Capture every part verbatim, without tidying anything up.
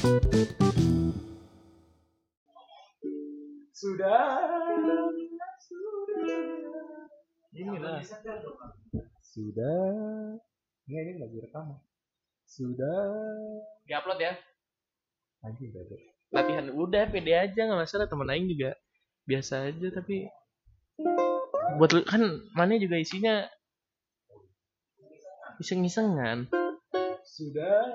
Sudah, sudah. Inilah. Sudah. Ini ini lagi rekaman. Sudah. Diupload ya. Anjing bebek. Latihan udah pede aja nggak masalah, temen aing juga biasa aja, tapi buat lu kan mana juga isinya iseng-isengan. Sudah.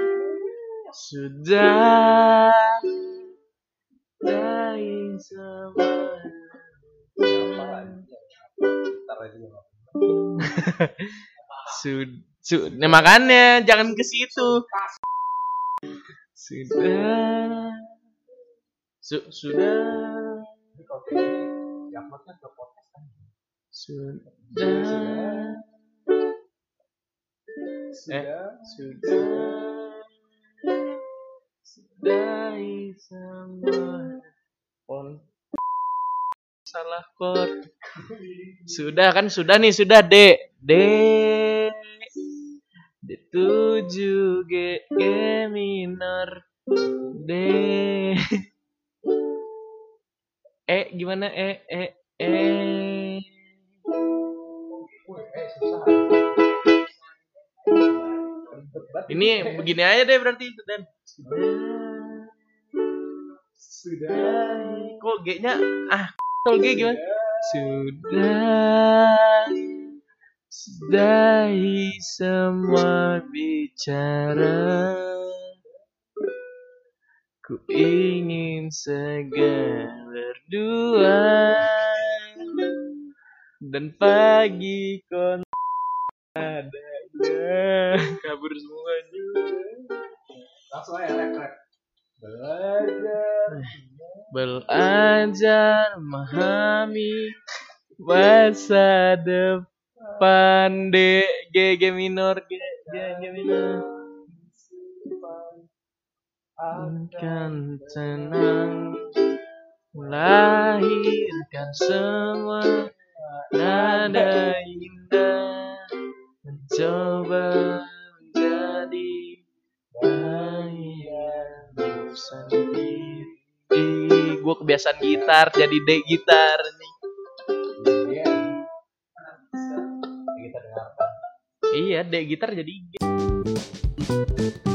Sudah dari semua. Ntar aja juga. Sud, su, nah makanya jangan ke situ. Sudah, su, sudah. Ini kalau kayak gini, diuploadnya ke podcast kan? Sudah, Sudah. sudah, sudah semua. Pon, salah chord. Sudah kan, sudah nih, sudah D, D, D tujuh G, G minor, D, E gimana E, E, E. Ini begini aja deh berarti dan Sudah. kok G-nya ah kalau G gimana? Sudah, sudahi semua bicara. Ku ingin segera berdua dan pagi kon adanya kabur semuanya. Langsung aja rap rap. Belajar. Belajar memahami masa depan. D, G, G minor, G, G, G minor. Akan tenang melahirkan semua nada indah, mencoba menjadi bagianmu sendiri. Gue kebiasaan gitar jadi D gitar nih. Iya. Kita dengarkan. Iya, D gitar jadi G.